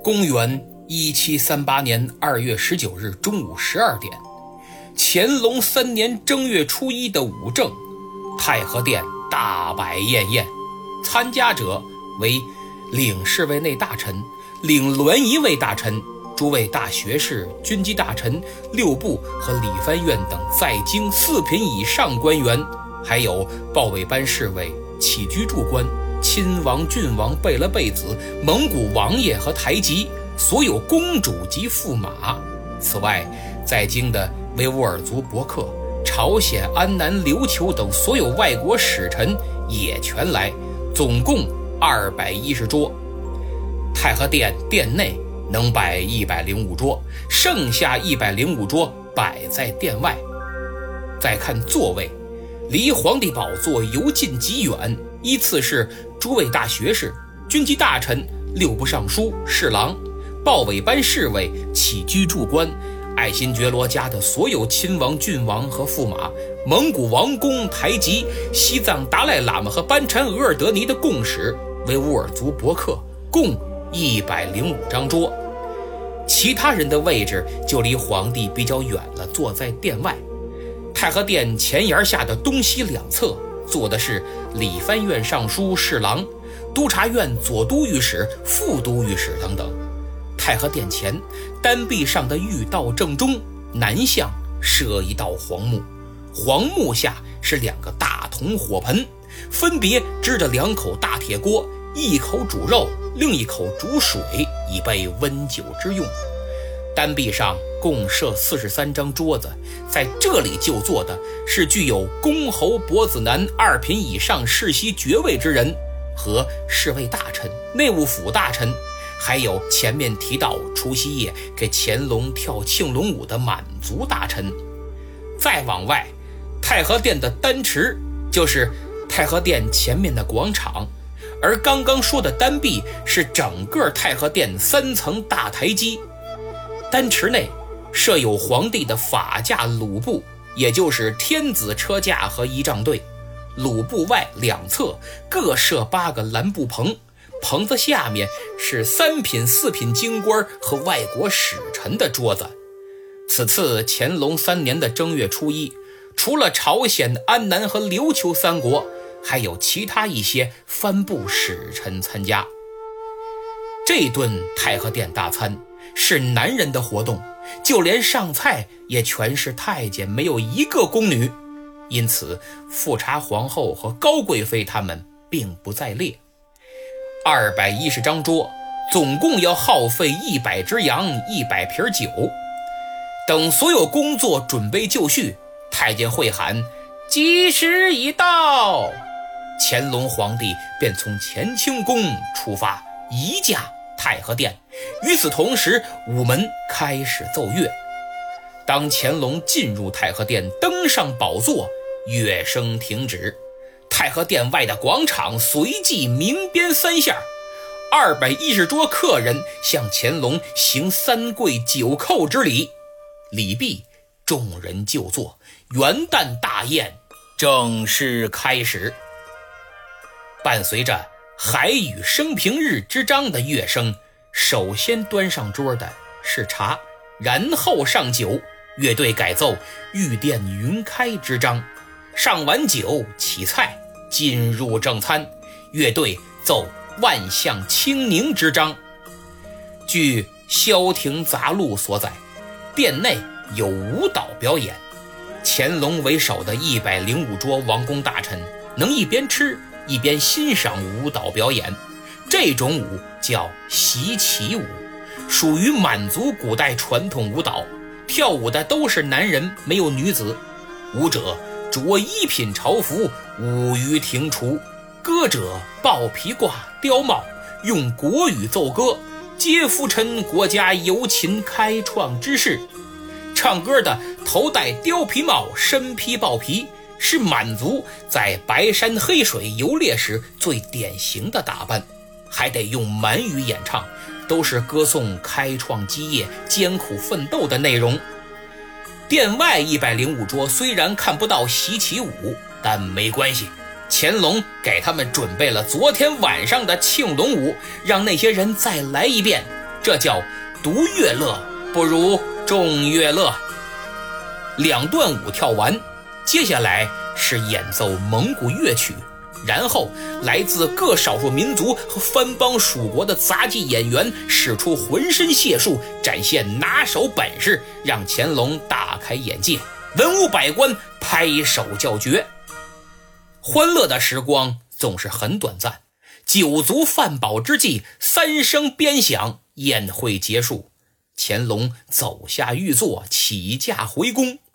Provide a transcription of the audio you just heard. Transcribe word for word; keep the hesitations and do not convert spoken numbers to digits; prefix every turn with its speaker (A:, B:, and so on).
A: 公元一七三八年二月十九日中午十二点，乾隆三年正月初一的午正，太和殿大摆宴宴，参加者为领侍卫内大臣、领栾仪卫大臣、诸位大学士、军机大臣、六部和理藩院等在京四品以上官员，还有报尾班侍卫、起居柱官、亲王、郡王、贝勒贝子、蒙古王爷和台吉，所有公主及驸马。此外，在京的维吾尔族伯克、朝鲜、安南、琉球等所有外国使臣也全来，总共二百一十桌。太和殿殿内能摆一百零五桌，剩下一百零五桌摆在殿外。再看座位，离皇帝宝座由近及远，依次是诸位大学士、军机大臣、六部尚书、侍郎、报尾班侍卫、起居柱官、爱新觉罗家的所有亲王、郡王和驸马，蒙古王公、台吉、西藏达赖喇嘛和班禅额尔德尼的共使，维吾尔族伯克，共一百零五张桌。其他人的位置就离皇帝比较远了，坐在殿外。太和殿前檐下的东西两侧坐的是理藩院尚书、侍郎、督察院左都御史、副都御史等等。太和殿前单壁上的御道正中南向设一道黄木，黄木下是两个大铜火盆，分别支着两口大铁锅，一口煮肉，另一口煮水，以备温酒之用。单壁上共设四十三张桌子，在这里就坐的是具有公侯伯子男二品以上世袭爵位之人和侍卫大臣、内务府大臣，还有前面提到除夕夜给乾隆跳庆龙舞的满族大臣。再往外，太和殿的丹池就是太和殿前面的广场，而刚刚说的单壁是整个太和殿三层大台基。丹池内设有皇帝的法驾鲁部，也就是天子车驾和仪仗队。鲁部外两侧各设八个蓝布棚，棚子下面是三品四品京官和外国使臣的桌子。此次乾隆三年的正月初一，除了朝鲜、安南和琉球三国，还有其他一些藩部使臣参加。这顿太和殿大餐是男人的活动，就连上菜也全是太监，没有一个宫女，因此富察皇后和高贵妃他们并不在列。二百一十张桌，总共要耗费一百只羊、一百瓶酒。等所有工作准备就绪，太监会喊吉时已到，乾隆皇帝便从乾清宫出发，移驾太和殿。与此同时，午门开始奏乐。当乾隆进入太和殿，登上宝座，乐声停止，太和殿外的广场随即鸣鞭三下，二百一十桌客人向乾隆行三跪九叩之礼。礼毕，众人就坐，元旦大宴正式开始。伴随着海与生平日之章的乐声，首先端上桌的是茶，然后上酒。乐队改奏玉殿云开之章，上完酒起菜，进入正餐。乐队奏万象清宁之章。据《萧亭杂录》所载，殿内有舞蹈表演，乾隆为首的一百零五桌王公大臣能一边吃一边欣赏舞蹈表演。这种舞叫习旗舞，属于满族古代传统舞蹈，跳舞的都是男人，没有女子。舞者着一品朝服，舞于庭除，歌者抱皮褂貂帽，用国语奏歌，皆浮陈国家由秦开创之事。唱歌的头戴貂皮帽，身披豹皮，是满族在白山黑水游猎时最典型的打扮，还得用满语演唱，都是歌颂开创基业、艰苦奋斗的内容。殿外一百零五桌虽然看不到习旗舞，但没关系，乾隆给他们准备了昨天晚上的庆龙舞，让那些人再来一遍， 这叫独乐乐不如众乐乐。两段舞跳完，接下来是演奏蒙古乐曲，然后来自各少数民族和藩邦属国的杂技演员使出浑身解数，展现拿手本事，让乾隆大开眼界，文武百官拍手叫绝。欢乐的时光总是很短暂，酒足饭饱之际，三声鞭响，宴会结束，乾隆走下御座，起驾回宫。